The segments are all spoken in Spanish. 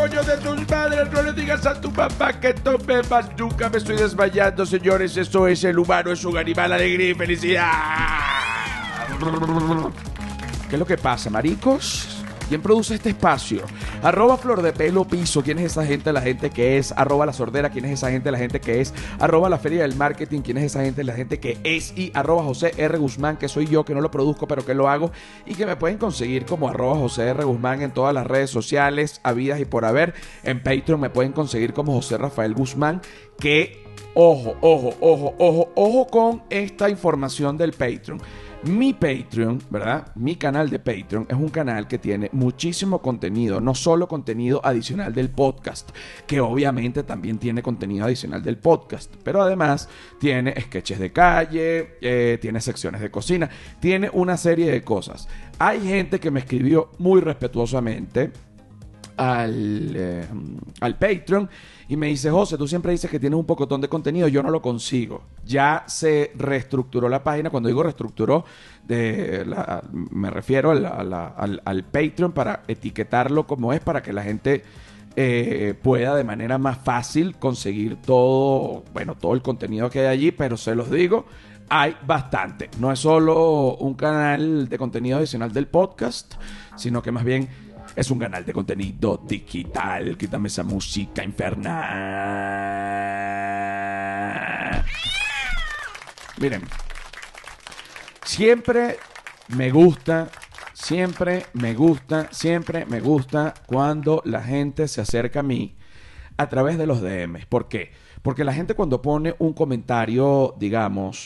coño de tus madres, no le digas a tu mamá que tome más nunca. Me estoy desmayando, señores. Eso es el humano, es un animal, alegría y felicidad. ¿Qué es lo que pasa, maricos? ¿Quién produce este espacio? Arroba Flor de Pelo Piso. ¿Quién es esa gente? La gente que es. Arroba La Sordera. ¿Quién es esa gente? La gente que es. Arroba La Feria del Marketing. ¿Quién es esa gente? La gente que es. Y arroba José R. Guzmán, que soy yo, que no lo produzco, pero que lo hago. Y que me pueden conseguir como arroba José R. Guzmán en todas las redes sociales, habidas y por haber. En Patreon me pueden conseguir como José Rafael Guzmán. Que, ojo con esta información del Patreon. Mi Patreon, ¿verdad? Mi canal de Patreon es un canal que tiene muchísimo contenido, no solo contenido adicional del podcast, que obviamente también tiene contenido adicional del podcast, pero además tiene sketches de calle, tiene secciones de cocina, tiene una serie de cosas. Hay gente que me escribió muy respetuosamente al Patreon y me dice: José, tú siempre dices que tienes un pocotón de contenido, yo no lo consigo. Ya se reestructuró la página. Cuando digo reestructuró, me refiero al Patreon, para etiquetarlo como es, para que la gente pueda de manera más fácil conseguir todo el contenido que hay allí. Pero se los digo, hay bastante. No es solo un canal de contenido adicional del podcast, sino que más bien es un canal de contenido digital. Quítame esa música infernal. Miren, siempre me gusta cuando la gente se acerca a mí a través de los DMs. ¿Por qué? Porque la gente, cuando pone un comentario, digamos,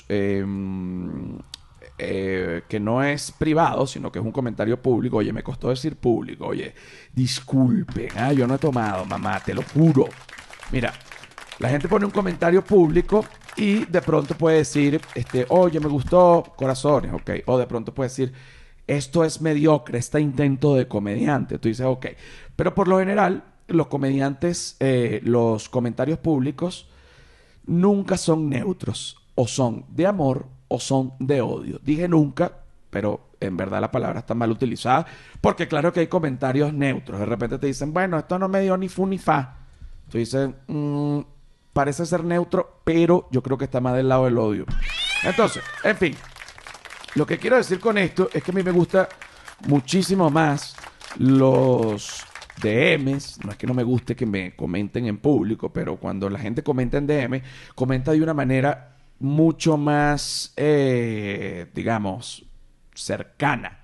que no es privado, sino que es un comentario público. Oye, me costó decir público. Oye, disculpen, yo no he tomado, mamá, te lo juro. Mira, la gente pone un comentario público y de pronto puede decir, oye, me gustó, corazones, ok. O de pronto puede decir, esto es mediocre, este intento de comediante. Tú dices, ok. Pero por lo general, los comediantes, los comentarios públicos nunca son neutros. O son de amor o son de odio. Dije nunca, pero en verdad la palabra está mal utilizada, porque claro que hay comentarios neutros. De repente te dicen, bueno, esto no me dio ni fu ni fa. Tú dices, parece ser neutro, pero yo creo que está más del lado del odio. Entonces, en fin, lo que quiero decir con esto es que a mí me gusta muchísimo más los DMs. No es que no me guste que me comenten en público, pero cuando la gente comenta en DM, comenta de una manera mucho más, digamos, cercana.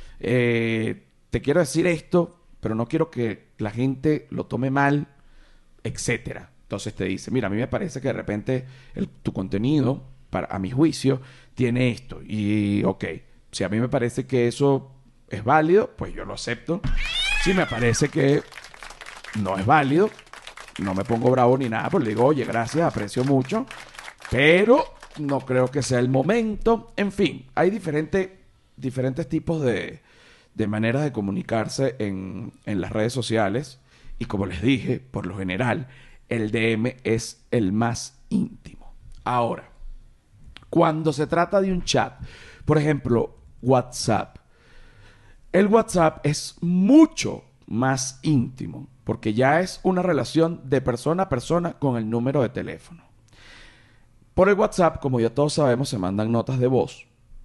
Te quiero decir esto, pero no quiero que la gente lo tome mal, etcétera. Entonces te dice, mira, a mí me parece que de repente tu contenido, a mi juicio, tiene esto. Y ok, si a mí me parece que eso es válido, pues yo lo acepto. Si me parece que no es válido, no me pongo bravo ni nada, pues le digo, oye, gracias, aprecio mucho, pero no creo que sea el momento. En fin, hay diferentes tipos de maneras de comunicarse en las redes sociales. Y como les dije, por lo general, el DM es el más íntimo. Ahora, cuando se trata de un chat, por ejemplo, WhatsApp, el WhatsApp es mucho más íntimo, porque ya es una relación de persona a persona con el número de teléfono. Por el WhatsApp, como ya todos sabemos, se mandan notas de voz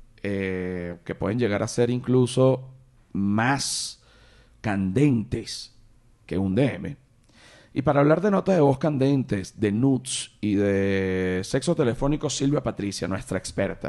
que pueden llegar a ser incluso más candentes que un DM. Y para hablar de notas de voz candentes, de nudes y de sexo telefónico, Silvia Patricia, nuestra experta.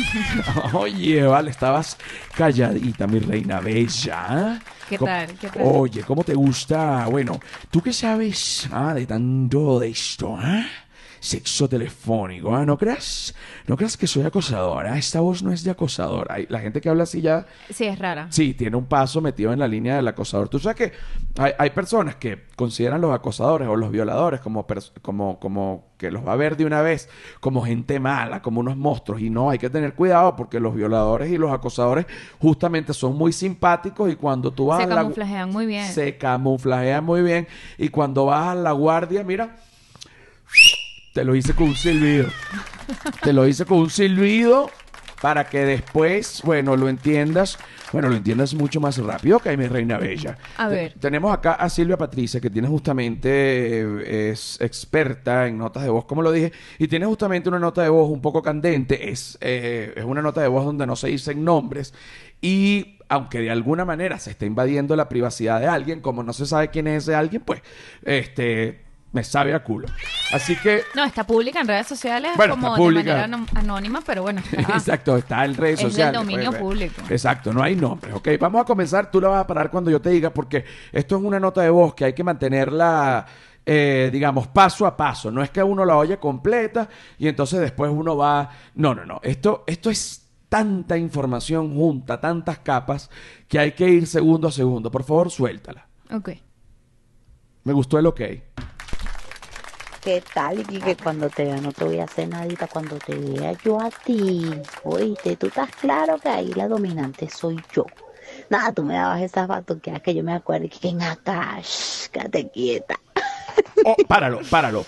Oye, vale, estabas calladita, mi reina bella. ¿Qué tal? ¿Qué tal? Oye, ¿cómo te gusta? Bueno, ¿tú qué sabes de tanto de esto? Sexo telefónico, ¿no creas? No creas que soy acosadora. Esta voz no es de acosador. La gente que habla así ya... Sí, es rara. Sí, tiene un paso metido en la línea del acosador. Tú sabes que hay personas que consideran los acosadores o los violadores como que los va a ver de una vez como gente mala, como unos monstruos. Y no, hay que tener cuidado, porque los violadores y los acosadores justamente son muy simpáticos, y cuando tú vas se camuflajean muy bien. Se camuflajean muy bien. Y cuando vas a la guardia, mira... Te lo hice con un silbido. para que después, bueno, lo entiendas mucho más rápido. Ok, mi reina bella. A ver. Tenemos acá a Silvia Patricia, que tiene justamente, es experta en notas de voz, como lo dije, y tiene justamente una nota de voz un poco candente. Es una nota de voz donde no se dicen nombres y aunque de alguna manera se está invadiendo la privacidad de alguien, como no se sabe quién es ese alguien, pues, me sabe a culo. Así que... No, está pública en redes sociales, Bueno, como está pública. de manera anónima, pero bueno, está. Exacto, está en redes Es del sociales. dominio pues, público. Exacto, no hay nombres, ¿ok? Vamos a comenzar, tú la vas a parar cuando yo te diga, porque esto es una nota de voz que hay que mantenerla, digamos, paso a paso. No es que uno la oye completa y entonces después uno va... No. Esto es tanta información junta, tantas capas, que hay que ir segundo a segundo. Por favor, suéltala. Ok. Me gustó el ok. ¿Qué tal? Y que cuando te vea no te voy a hacer nadita, cuando te vea yo a ti, oíste, tú estás claro que ahí la dominante soy yo. Nada, tú me dabas esas batuqueadas que yo me acuerdo que en acá, quédate quieta. Oh, páralo.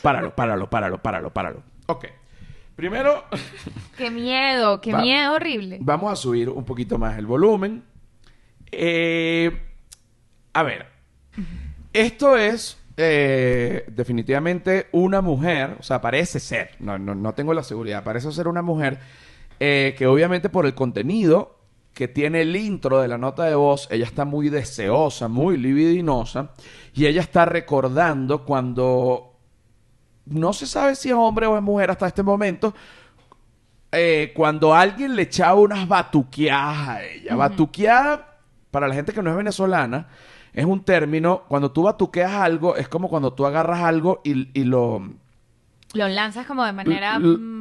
Ok. Primero, Qué miedo horrible. vamos a subir un poquito más el volumen. A ver, esto es definitivamente una mujer, o sea, parece ser, no tengo la seguridad, parece ser una mujer que obviamente por el contenido que tiene el intro de la nota de voz, ella está muy deseosa, muy libidinosa, y ella está recordando cuando... No se sabe si es hombre o es mujer hasta este momento, cuando alguien le echaba unas batuqueadas a ella. Batuqueada, para la gente que no es venezolana, es un término, cuando tú batuqueas algo, es como cuando tú agarras algo y lo... Lo lanzas como de manera...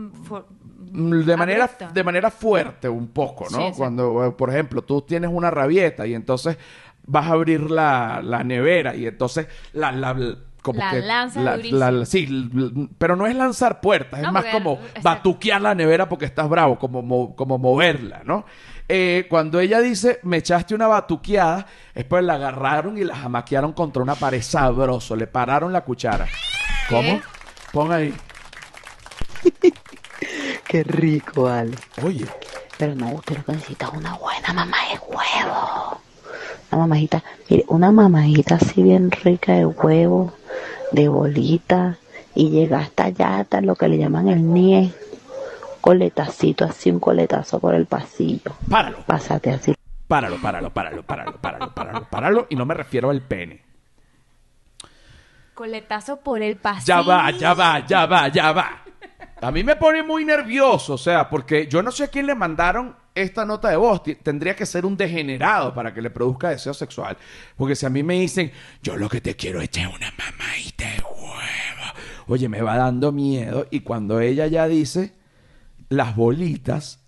de manera fuerte un poco, ¿no? Sí, exacto. Cuando, por ejemplo, tú tienes una rabieta y entonces vas a abrir la nevera y entonces como La que lanzas durísimo. sí, pero no es lanzar puertas, No, es más porque- como exacto. batuquear la nevera porque estás bravo, como moverla, ¿no? Cuando ella dice, me echaste una batuqueada, es pues la agarraron y la jamaquearon contra una pared sabroso, le pararon la cuchara. ¿Cómo? Pon ahí. Qué rico, vale. Oye, Pero no, usted lo que necesita es una buena mamá de huevo. Una mamajita, mire, una mamajita así bien rica de huevo, de bolita, y llega hasta allá, hasta lo que le llaman el nie. Coletacito, así un coletazo por el pasillo. páralo. Pásate así. Páralo. Y no me refiero al pene. Coletazo por el pasillo. Ya va. A mí me pone muy nervioso, o sea, porque yo no sé a quién le mandaron esta nota de voz. Tendría que ser un degenerado para que le produzca deseo sexual. Porque si a mí me dicen, yo lo que te quiero es echar una mamadita de huevo. Oye, me va dando miedo. Y cuando ella ya dice, las bolitas,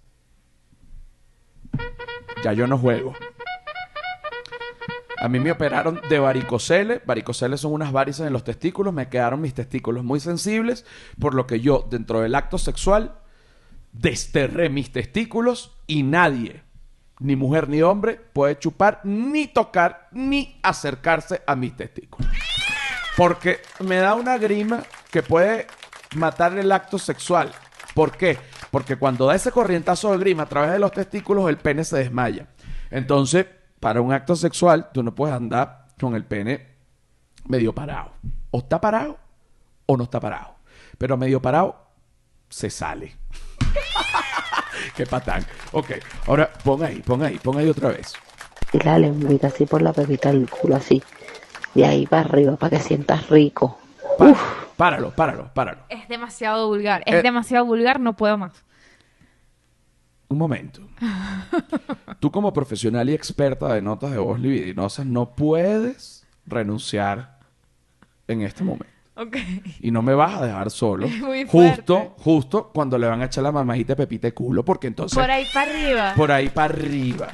ya yo no juego. A mí me operaron de varicocele. Varicoceles son unas varices en los testículos. Me quedaron mis testículos muy sensibles, por lo que yo, dentro del acto sexual, desterré mis testículos y nadie, ni mujer ni hombre, puede chupar, ni tocar, ni acercarse a mis testículos. Porque me da una grima que puede matar el acto sexual. ¿Por qué? Porque cuando da ese corrientazo de grima a través de los testículos, el pene se desmaya. Entonces, para un acto sexual, tú no puedes andar con el pene medio parado. O está parado o no está parado. Pero medio parado se sale. Qué patán. Ok, ahora pon ahí otra vez. Y la lengüita así por la pepita del culo, así. De ahí para arriba, para que sientas rico. Páralo. Es demasiado vulgar, no puedo más. Un momento. Tú como profesional y experta de notas de voz libidinosas no puedes renunciar en este momento. Ok. Y no me vas a dejar solo. Muy fuerte. Justo cuando le van a echar la mamajita de pepita de culo, porque entonces... Por ahí para arriba. Por ahí para arriba.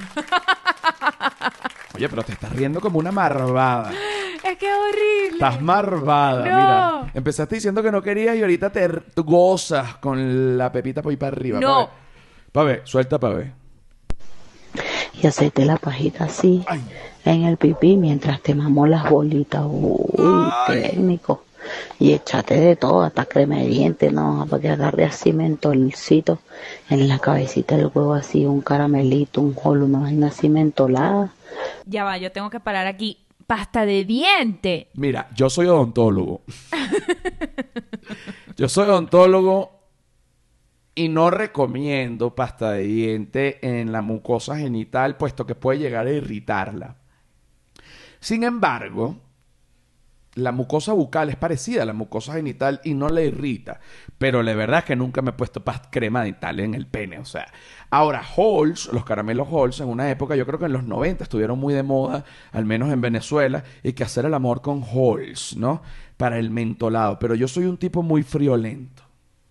Oye, pero te estás riendo como una marvada. Es que es horrible. Estás marvada, No. mira. Empezaste diciendo que no querías y ahorita te gozas con la pepita por ahí para arriba. No. Pa' ver, suelta pa' ver. Y aceite la pajita así Ay. en el pipí mientras te mamó las bolitas. Uy, Ay. técnico. y échate de todo, hasta crema de dientes, no, para que agarre así mentolcito en la cabecita del huevo, así un caramelito, un jolo, una vaina así mentolada. Ya va, yo tengo que parar aquí. Pasta de diente. Mira, yo soy odontólogo. Yo soy odontólogo y no recomiendo pasta de diente en la mucosa genital, puesto que puede llegar a irritarla. Sin embargo, la mucosa bucal es parecida a la mucosa genital y no le irrita. Pero la verdad es que nunca me he puesto crema dental en el pene. O sea, ahora Halls, los caramelos Halls, en una época, yo creo que en los 90 estuvieron muy de moda, al menos en Venezuela, y que hacer el amor con Halls, ¿no? Para el mentolado. Pero yo soy un tipo muy friolento.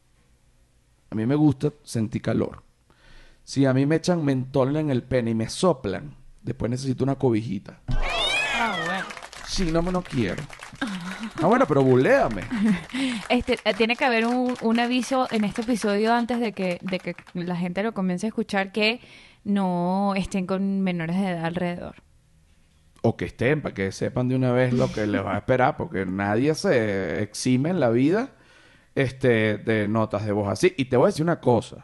A mí me gusta sentir calor. Si a mí me echan mentol en el pene y me soplan, después necesito una cobijita. Ah, bueno. Sí, no quiero. Ah, bueno, pero buléame. Tiene que haber un aviso en este episodio antes de que la gente lo comience a escuchar, que no estén con menores de edad alrededor. O que estén, para que sepan de una vez lo que les va a esperar, porque nadie se exime en la vida de notas de voz así. Y te voy a decir una cosa.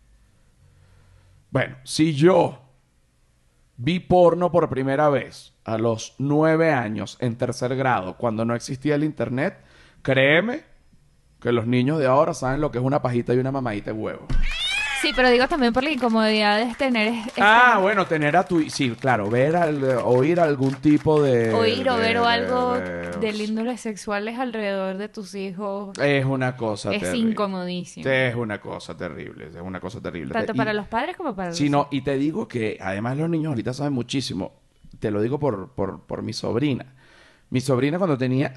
Bueno, si yo vi porno por primera vez a los 9 años en tercer grado, cuando no existía el internet, créeme que los niños de ahora saben lo que es una pajita y una mamadita de huevo. Sí, pero digo también por la incomodidad de tener... Bueno, tener a tu... Sí, claro, oír algún tipo de... Oír o ver algo de índoles sexuales alrededor de tus hijos. Es una cosa es terrible. incomodísimo. Es una cosa terrible, es una cosa terrible. Tanto para los padres como para los sí, no, hijos. y te digo que además los niños ahorita saben muchísimo. Te lo digo por mi sobrina. Mi sobrina cuando tenía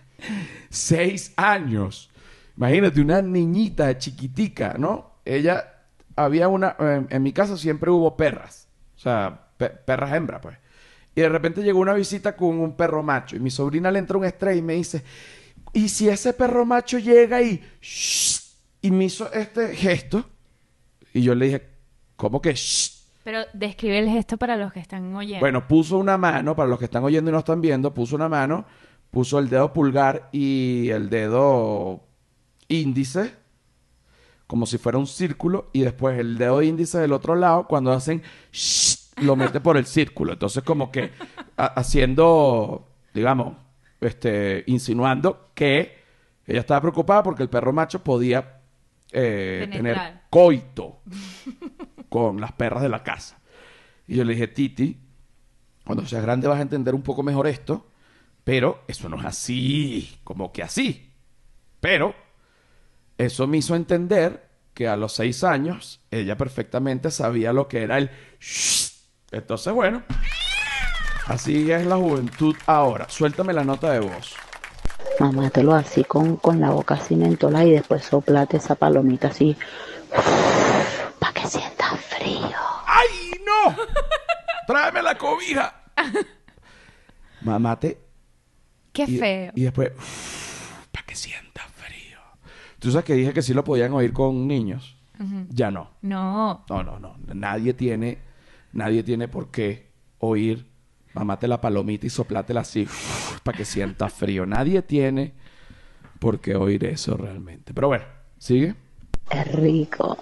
6 años. Imagínate, una niñita chiquitica, ¿no? Ella... Había una... en mi casa siempre hubo perras. O sea, perras hembras, pues. Y de repente llegó una visita con un perro macho. Y mi sobrina le entra un estrés y me dice... ¿Y si ese perro macho llega y... Shh, y me hizo este gesto? Y yo le dije... ¿Cómo que shh? Pero describe el gesto para los que están oyendo. Bueno, puso una mano... Para los que están oyendo y no están viendo... Puso una mano... Puso el dedo pulgar y el dedo índice... como si fuera un círculo, y después el dedo índice del otro lado, cuando hacen shh, lo mete por el círculo. Entonces, como que haciendo, digamos, insinuando que ella estaba preocupada porque el perro macho podía tener coito con las perras de la casa. Y yo le dije, Titi, cuando seas grande vas a entender un poco mejor esto, pero eso no es así, como que así. Pero eso me hizo entender que a los 6 años ella perfectamente sabía lo que era el shh. Entonces, bueno, así es la juventud ahora. Suéltame la nota de voz. Mamátelo así con la boca así mentolada y después soplate esa palomita así para que sientas frío. ¡Ay, no! ¡Tráeme la cobija! Mamate. ¡Qué feo! Y después, para que sientas frío. ¿Tú sabes que dije que sí lo podían oír con niños? Uh-huh. Ya no. No. No. Nadie tiene por qué oír mamate la palomita y soplátela así para que sienta frío. Nadie tiene por qué oír eso realmente. Pero bueno, ¿sigue? Es rico.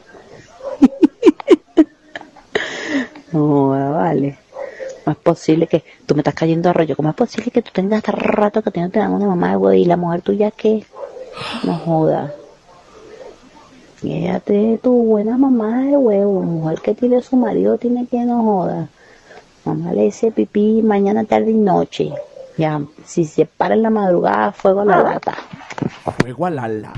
No, vale. ¿Cómo es posible que tú me estás cayendo a rollo? ¿Cómo es posible que tú tengas hasta rato que te dan una mamá de huevo y la mujer tuya que no joda? Fíjate, tu buena mamá de huevo, mujer que tiene su marido tiene que no joda. Mamá le dice pipí mañana, tarde y noche. Ya, si se para en la madrugada, fuego a la lata. Fuego a la lata.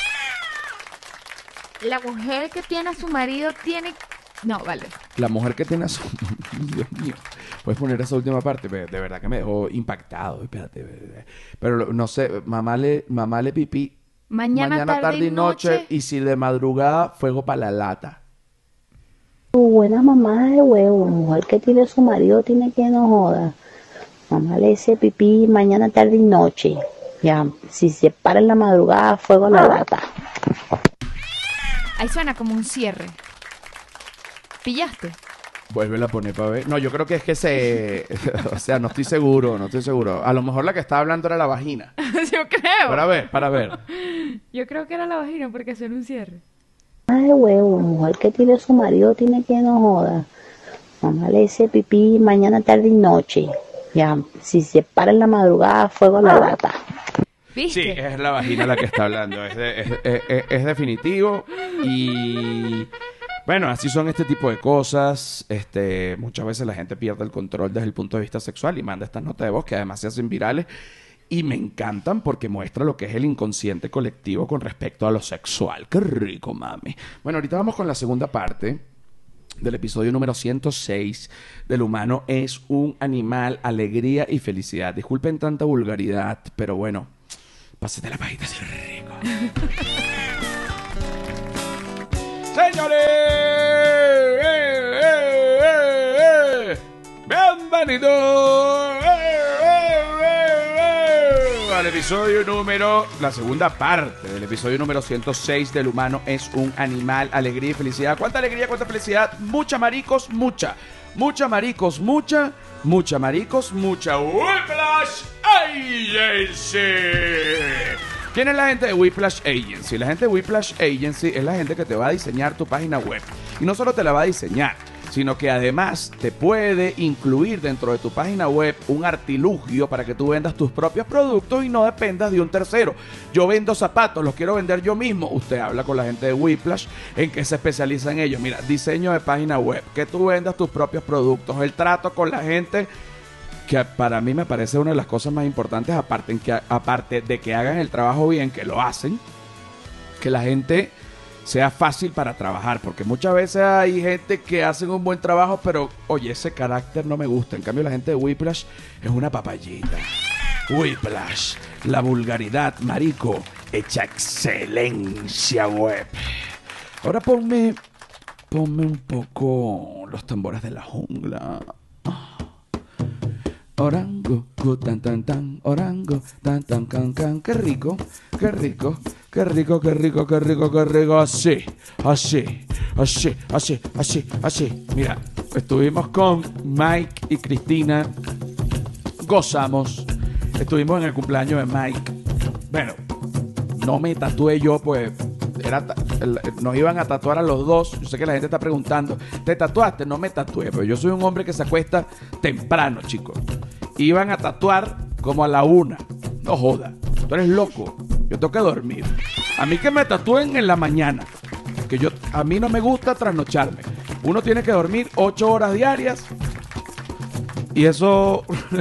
La mujer que tiene a su marido tiene... No, vale. La mujer que tiene a su... Dios mío. Puedes poner esa última parte. De verdad que me dejó impactado. Espérate. Pero no sé, mamá le pipí Mañana tarde y noche. Y si de madrugada, fuego para la lata. Tu buena mamá de huevo, mujer que tiene su marido tiene que no joda. Mamá le dice pipí mañana, tarde y noche. Ya, si se para en la madrugada, fuego a la lata. Ahí suena como un cierre. ¿Pillaste? Vuélvela a poner para ver. No, yo creo que es que o sea, no estoy seguro. A lo mejor la que estaba hablando era la vagina. Yo creo. Para ver. Yo creo que era la vagina porque hacer un cierre. Ay, huevo, mujer que tiene su marido tiene que no joda. Mamá le dice pipí mañana, tarde y noche. Ya, si se para en la madrugada, fuego a la lata. ¿Viste? Sí, es la vagina la que está hablando. Es definitivo. Y bueno, así son este tipo de cosas. Muchas veces la gente pierde el control desde el punto de vista sexual y manda estas notas de voz que además se hacen virales. Y me encantan porque muestra lo que es el inconsciente colectivo con respecto a lo sexual. ¡Qué rico, mami! Bueno, ahorita vamos con la segunda parte del episodio número 106 del humano es un animal, alegría y felicidad. Disculpen tanta vulgaridad, pero bueno, pásate la pajita así rico. ¡Señores! ¡Bienvenidos! Al episodio número, la segunda parte del episodio número 106 del humano es un animal, alegría y felicidad. ¿Cuánta alegría, cuánta felicidad? Mucha maricos, mucha. Mucha maricos, mucha. Mucha maricos, mucha. Whiplash Agency. ¿Quién es la gente de Whiplash Agency? La gente de Whiplash Agency es la gente que te va a diseñar tu página web. Y no solo te la va a diseñar, sino que además te puede incluir dentro de tu página web un artilugio para que tú vendas tus propios productos y no dependas de un tercero. Yo vendo zapatos, los quiero vender yo mismo. Usted habla con la gente de Whiplash, en qué se especializa en ellos. Mira, diseño de página web, que tú vendas tus propios productos, el trato con la gente, que para mí me parece una de las cosas más importantes, aparte de que hagan el trabajo bien, que lo hacen, que la gente sea fácil para trabajar, porque muchas veces hay gente que hacen un buen trabajo, pero oye, ese carácter no me gusta. En cambio, la gente de Whiplash es una papayita. Whiplash, la vulgaridad, marico, hecha excelencia web. Ahora ponme un poco los tambores de la jungla. Orango, tan tan tan, orango, tan tan can can, qué rico, qué rico, qué rico, qué rico, qué rico, qué rico, así, así, así, así, así, así. Mira, estuvimos con Mike y Cristina, gozamos, estuvimos en el cumpleaños de Mike. Bueno, no me tatué yo, pues nos iban a tatuar a los dos. Yo sé que la gente está preguntando, ¿te tatuaste? No me tatué, pero yo soy un hombre que se acuesta temprano, chicos. Iban a tatuar como a la 1. No joda, tú eres loco. Yo tengo que dormir. A mí que me tatúen en la mañana, que a mí no me gusta trasnocharme. Uno tiene que dormir 8 horas diarias. Y eso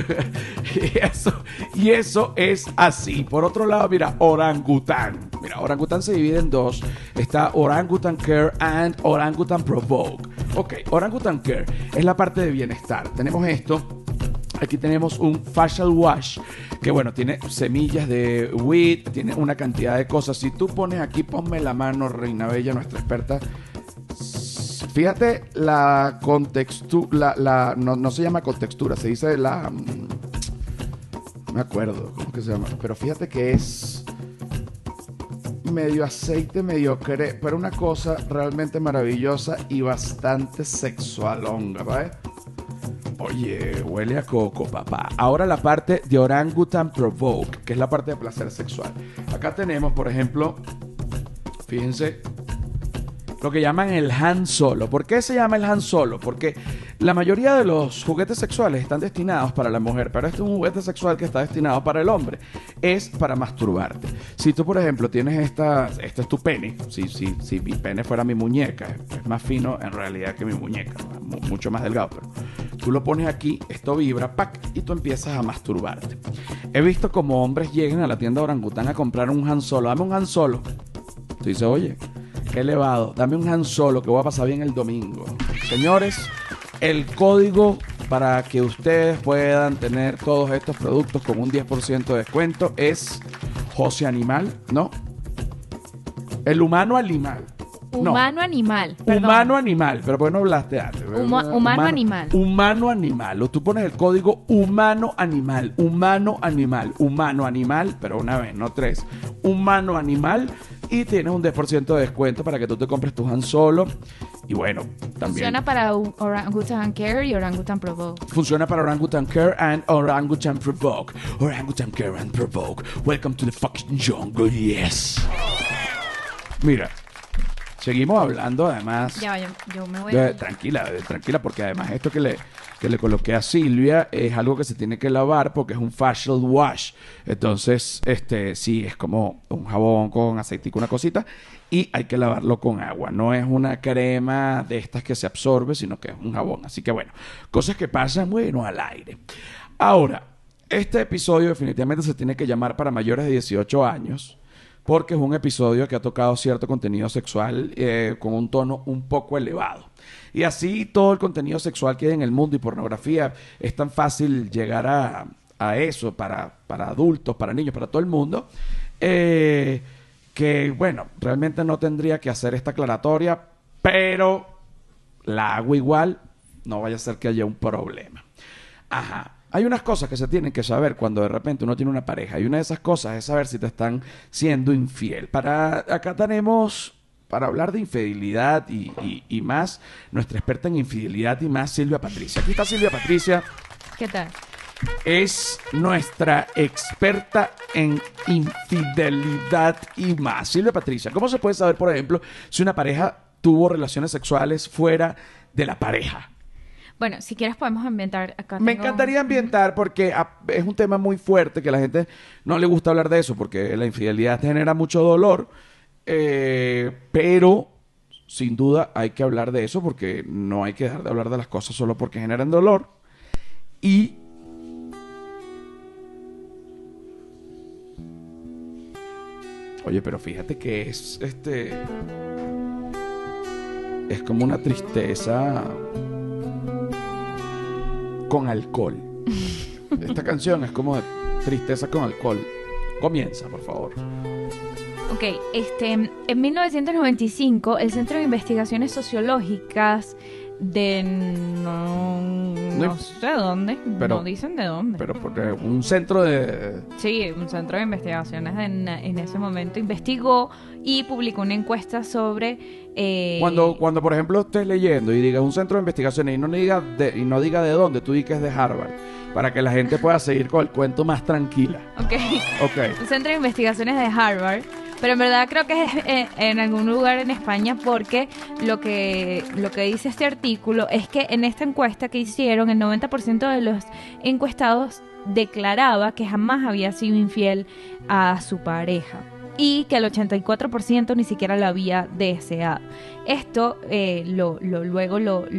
es así. Por otro lado, mira, orangután. Mira, orangután se divide en dos. Está Orangutan Care and Orangutan Provoke. Ok, Orangutan Care es la parte de bienestar. Tenemos esto. Aquí tenemos un facial wash que, bueno, tiene semillas de wheat, tiene una cantidad de cosas. Si tú pones aquí, ponme la mano, Reina Bella, nuestra experta. Fíjate la contextura, no se llama contextura, se dice no me acuerdo cómo que se llama, pero fíjate que es medio aceite, medio pero una cosa realmente maravillosa y bastante sexualonga, ¿vale? Oye, huele a coco, papá. Ahora la parte de Orangutan Provoke, que es la parte de placer sexual. Acá tenemos, por ejemplo, fíjense, lo que llaman el Han Solo. ¿Por qué se llama el Han Solo? Porque la mayoría de los juguetes sexuales están destinados para la mujer, pero este es un juguete sexual que está destinado para el hombre. Es para masturbarte. Si tú, por ejemplo, tienes este es tu pene. Si mi pene fuera mi muñeca, es más fino en realidad que mi muñeca, ¿no? Mucho más delgado, pero tú lo pones aquí, esto vibra, ¡pac! Y tú empiezas a masturbarte. He visto como hombres llegan a la tienda Orangután a comprar un Han Solo. Dame un Han Solo. Tú dices, oye, qué elevado, dame un Han Solo que voy a pasar bien el domingo. Señores, el código para que ustedes puedan tener todos estos productos con un 10% de descuento es José Animal, ¿no? El humano animal. Humano animal. Perdón. Humano animal, pero ¿por qué no hablaste antes? Humano animal. Humano animal. O tú pones el código humano animal, pero una vez, no 3. Humano animal y tienes un 10% de descuento para que tú te compres tu Han Solo Y bueno, también Funciona para Orangutan Care y Orangutan Provoke. funciona para Orangutan Care and Orangutan Provoke. Orangutan Care and Provoke. Welcome to the fucking jungle, yes. Mira, seguimos hablando además... Ya va, yo me voy a... Tranquila, porque además esto que le coloqué a Silvia es algo que se tiene que lavar porque es un facial wash. Entonces, sí, es como un jabón con aceitico, una cosita, y hay que lavarlo con agua. No es una crema de estas que se absorbe, sino que es un jabón. Así que bueno, cosas que pasan, bueno, al aire. Ahora, este episodio definitivamente se tiene que llamar para mayores de 18 años. Porque es un episodio que ha tocado cierto contenido sexual con un tono un poco elevado. Y así todo el contenido sexual que hay en el mundo y pornografía es tan fácil llegar a eso para adultos, para niños, para todo el mundo, que bueno, realmente no tendría que hacer esta aclaratoria, pero la hago igual, no vaya a ser que haya un problema. Ajá. Hay unas cosas que se tienen que saber cuando de repente uno tiene una pareja. Y una de esas cosas es saber si te están siendo infiel. Acá tenemos, para hablar de infidelidad y más, nuestra experta en infidelidad y más, Silvia Patricia. Aquí está Silvia Patricia. ¿Qué tal? Es nuestra experta en infidelidad y más. Silvia Patricia, ¿cómo se puede saber, por ejemplo, si una pareja tuvo relaciones sexuales fuera de la pareja? Bueno, si quieres podemos ambientar acá. Me encantaría ambientar porque es un tema muy fuerte que a la gente no le gusta hablar de eso porque la infidelidad genera mucho dolor, pero sin duda hay que hablar de eso porque no hay que dejar de hablar de las cosas solo porque generan dolor. Y oye, pero fíjate que es como una tristeza con alcohol. Esta canción es como de tristeza con alcohol. Comienza, por favor. Ok, en 1995 el Centro de Investigaciones Sociológicas de no sé dónde, pero, no dicen de dónde. Pero porque un centro de... Sí, un centro de investigaciones en ese momento investigó y publicó una encuesta sobre... Cuando por ejemplo estés leyendo y digas un centro de investigaciones y no diga de dónde, tú digas que es de Harvard, para que la gente pueda seguir con el cuento más tranquila. Ok. Un centro de investigaciones de Harvard. Pero en verdad creo que es en algún lugar en España porque lo que dice este artículo es que en esta encuesta que hicieron el 90% de los encuestados declaraba que jamás había sido infiel a su pareja y que el 84% ni siquiera lo había deseado. Esto luego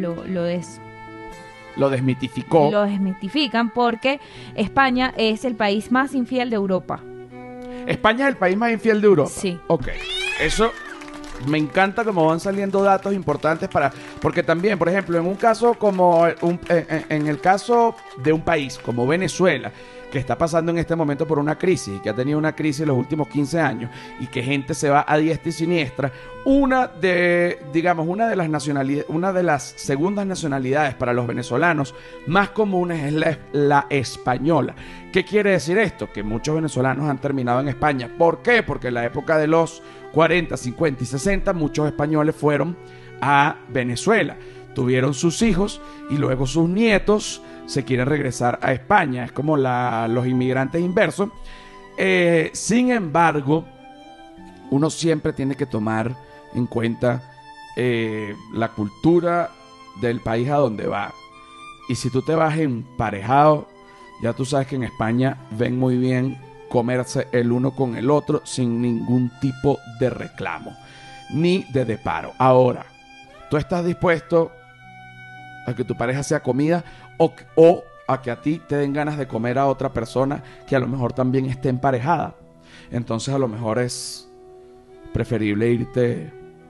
lo desmitificó. Lo desmitifican porque España es el país más infiel de Europa. ¿España es el país más infiel de Europa? Sí. Ok. Eso me encanta como van saliendo datos importantes porque también, por ejemplo, en un caso como en el caso de un país como Venezuela, que está pasando en este momento por una crisis y que ha tenido una crisis en los últimos 15 años y que gente se va a diestra y siniestra, una de las segundas nacionalidades para los venezolanos más comunes es la española. ¿Qué quiere decir esto? Que muchos venezolanos han terminado en España. ¿Por qué? Porque en la época de los 40, 50 y 60 muchos españoles fueron a Venezuela, tuvieron sus hijos y luego sus nietos se quieren regresar a España. Es como los inmigrantes inversos. Sin embargo, uno siempre tiene que tomar en cuenta la cultura del país a donde va. Y si tú te vas emparejado, ya tú sabes que en España ven muy bien comerse el uno con el otro sin ningún tipo de reclamo ni de deparo. Ahora, ¿tú estás dispuesto a que tu pareja sea comida o a que a ti te den ganas de comer a otra persona que a lo mejor también esté emparejada? Entonces a lo mejor es preferible irte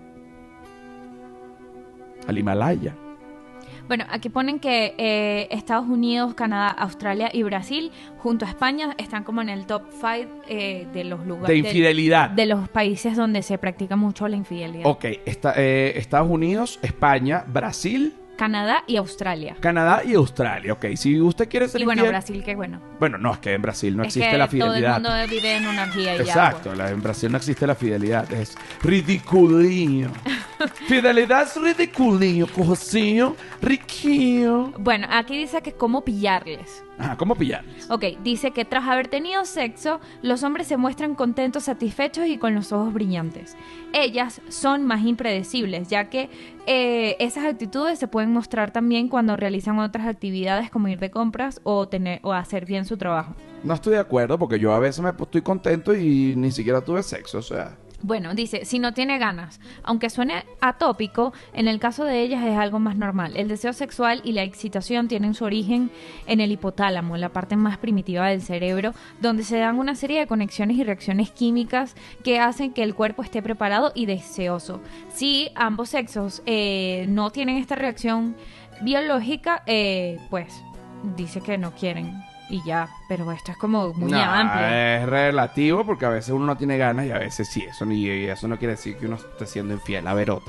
al Himalaya. Bueno, aquí ponen que Estados Unidos, Canadá, Australia y Brasil, junto a España, están como en el top 5 de los lugares... De infidelidad. De los países donde se practica mucho la infidelidad. Ok, Estados Unidos, España, Brasil... Canadá y Australia. Canadá y Australia, ok. Si usted quiere ser infiel... Y bueno, Brasil, qué bueno. Bueno, no, es que en Brasil no existe la fidelidad. Todo el mundo vive en una orgía y exacto, ya, pues. En Brasil no existe la fidelidad. Es ridiculino. Fidelidad es ridiculillo, cojocinho, riquillo. Bueno, aquí dice que cómo pillarles. Ajá, ¿cómo pillarles? Ok, dice que tras haber tenido sexo, los hombres se muestran contentos, satisfechos y con los ojos brillantes. Ellas son más impredecibles, ya que esas actitudes se pueden mostrar también cuando realizan otras actividades como ir de compras o hacer bien su trabajo. No estoy de acuerdo porque yo a veces estoy contento y ni siquiera tuve sexo, o sea... Bueno, dice, si no tiene ganas, aunque suene atópico, en el caso de ellas es algo más normal. El deseo sexual y la excitación tienen su origen en el hipotálamo, la parte más primitiva del cerebro, donde se dan una serie de conexiones y reacciones químicas que hacen que el cuerpo esté preparado y deseoso. Si ambos sexos no tienen esta reacción biológica, pues dice que no quieren. Y ya, pero esto es como muy amplio. Es relativo porque a veces uno no tiene ganas y a veces sí. Y eso no quiere decir que uno esté siendo infiel. A ver, otra.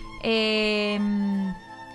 Ellas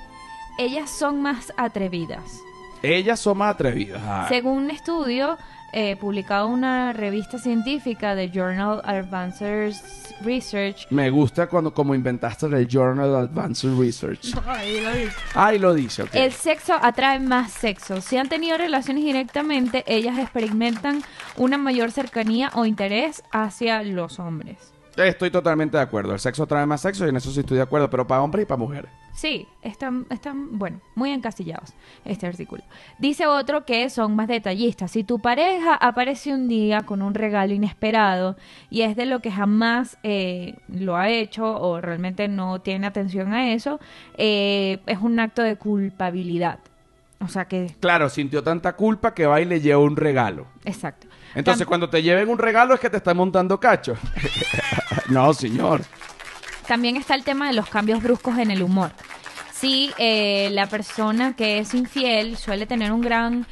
son más atrevidas. Ellas son más atrevidas. Según un estudio publicado en una revista científica de Journal Advanced Research. Me gusta como inventaste el Journal Advanced Research. Ahí lo dice. Okay. El sexo atrae más sexo. Si han tenido relaciones directamente, ellas experimentan una mayor cercanía o interés hacia los hombres. Estoy totalmente de acuerdo. El sexo atrae más sexo y en eso sí estoy de acuerdo, pero para hombres y para mujeres. Sí, están, bueno, muy encasillados este artículo. Dice otro que son más detallistas. Si tu pareja aparece un día con un regalo inesperado y es de lo que jamás lo ha hecho o realmente no tiene atención a eso, es un acto de culpabilidad. O sea que... Claro, sintió tanta culpa que va y le lleva un regalo. Exacto. Entonces, cuando te lleven un regalo es que te están montando cacho. No, señor. También está el tema de los cambios bruscos en el humor. Si la persona que es infiel suele tener un gran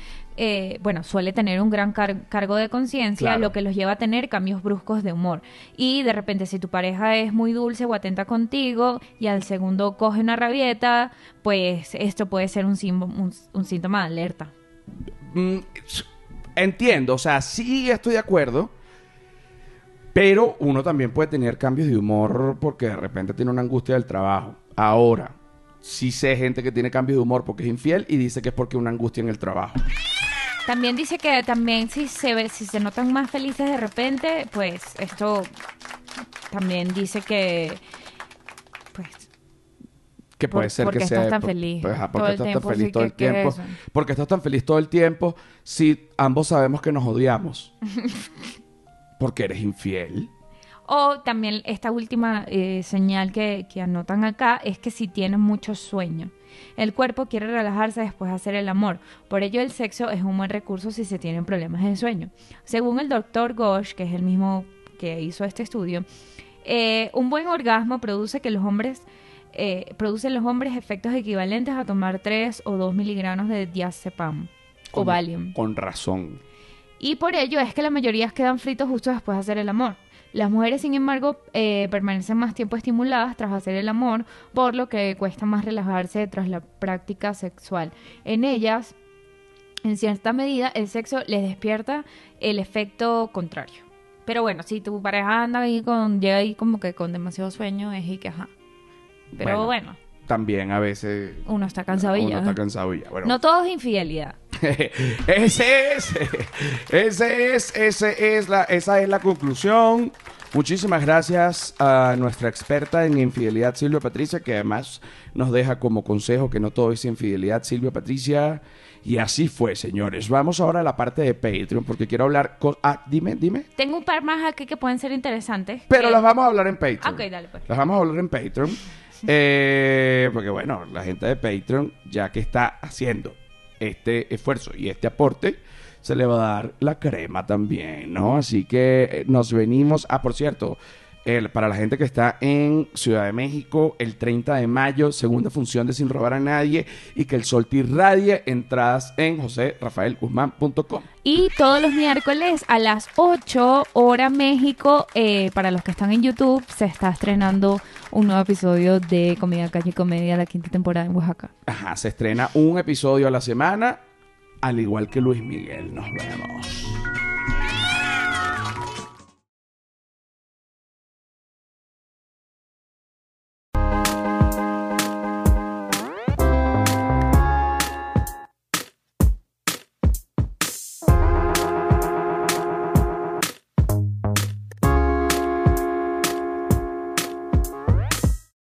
cargo de conciencia, claro, lo que los lleva a tener cambios bruscos de humor. Y de repente, si tu pareja es muy dulce o atenta contigo y al segundo coge una rabieta, pues esto puede ser un síntoma de alerta. Entiendo, o sea, sí estoy de acuerdo, pero uno también puede tener cambios de humor porque de repente tiene una angustia del trabajo. Ahora, sí sé gente que tiene cambios de humor porque es infiel y dice que es porque una angustia en el trabajo. También dice que también si se notan más felices de repente, pues esto también dice que pues que puede ser que sea estás tan feliz porque estás tan feliz todo el tiempo. Porque estás tan feliz todo el tiempo si ambos sabemos que nos odiamos. Porque eres infiel. O también esta última señal que anotan acá es que si tienes mucho sueño. El cuerpo quiere relajarse después de hacer el amor. Por ello el sexo es un buen recurso si se tienen problemas de sueño. Según el Dr. Gosh, que es el mismo que hizo este estudio, un buen orgasmo produce en los hombres efectos equivalentes a tomar 3 o 2 miligramos de diazepam o Valium. Con razón. Y por ello es que la mayoría quedan fritos justo después de hacer el amor. Las mujeres, sin embargo, permanecen más tiempo estimuladas tras hacer el amor, por lo que cuesta más relajarse tras la práctica sexual. En ellas, en cierta medida, el sexo les despierta el efecto contrario. Pero bueno, si tu pareja llega ahí como que con demasiado sueño, es y que ajá. Pero bueno. También a veces... Uno está cansado y ya. Bueno. No todo es infidelidad. Esa es la conclusión. Muchísimas gracias a nuestra experta en infidelidad, Silvia Patricia, que además nos deja como consejo que no todo es infidelidad, Silvia Patricia. Y así fue, señores. Vamos ahora a la parte de Patreon, porque quiero hablar con... dime. Tengo un par más aquí que pueden ser interesantes. Pero las vamos a hablar en Patreon. Ok, dale pues. Las vamos a hablar en Patreon. Porque bueno, la gente de Patreon, ya que está haciendo este esfuerzo y este aporte, se le va a dar la crema también, ¿no? Así que nos venimos... por cierto, para la gente que está en Ciudad de México, el 30 de mayo, segunda función de Sin Robar a Nadie, y que el sol te irradie, entradas en joserrafaelguzman.com. Y todos los miércoles a las 8 hora México, para los que están en YouTube, se está estrenando un nuevo episodio de Comida Calle y Comedia, la 5ª temporada en Oaxaca. Ajá, se estrena un episodio a la semana, al igual que Luis Miguel. Nos vemos.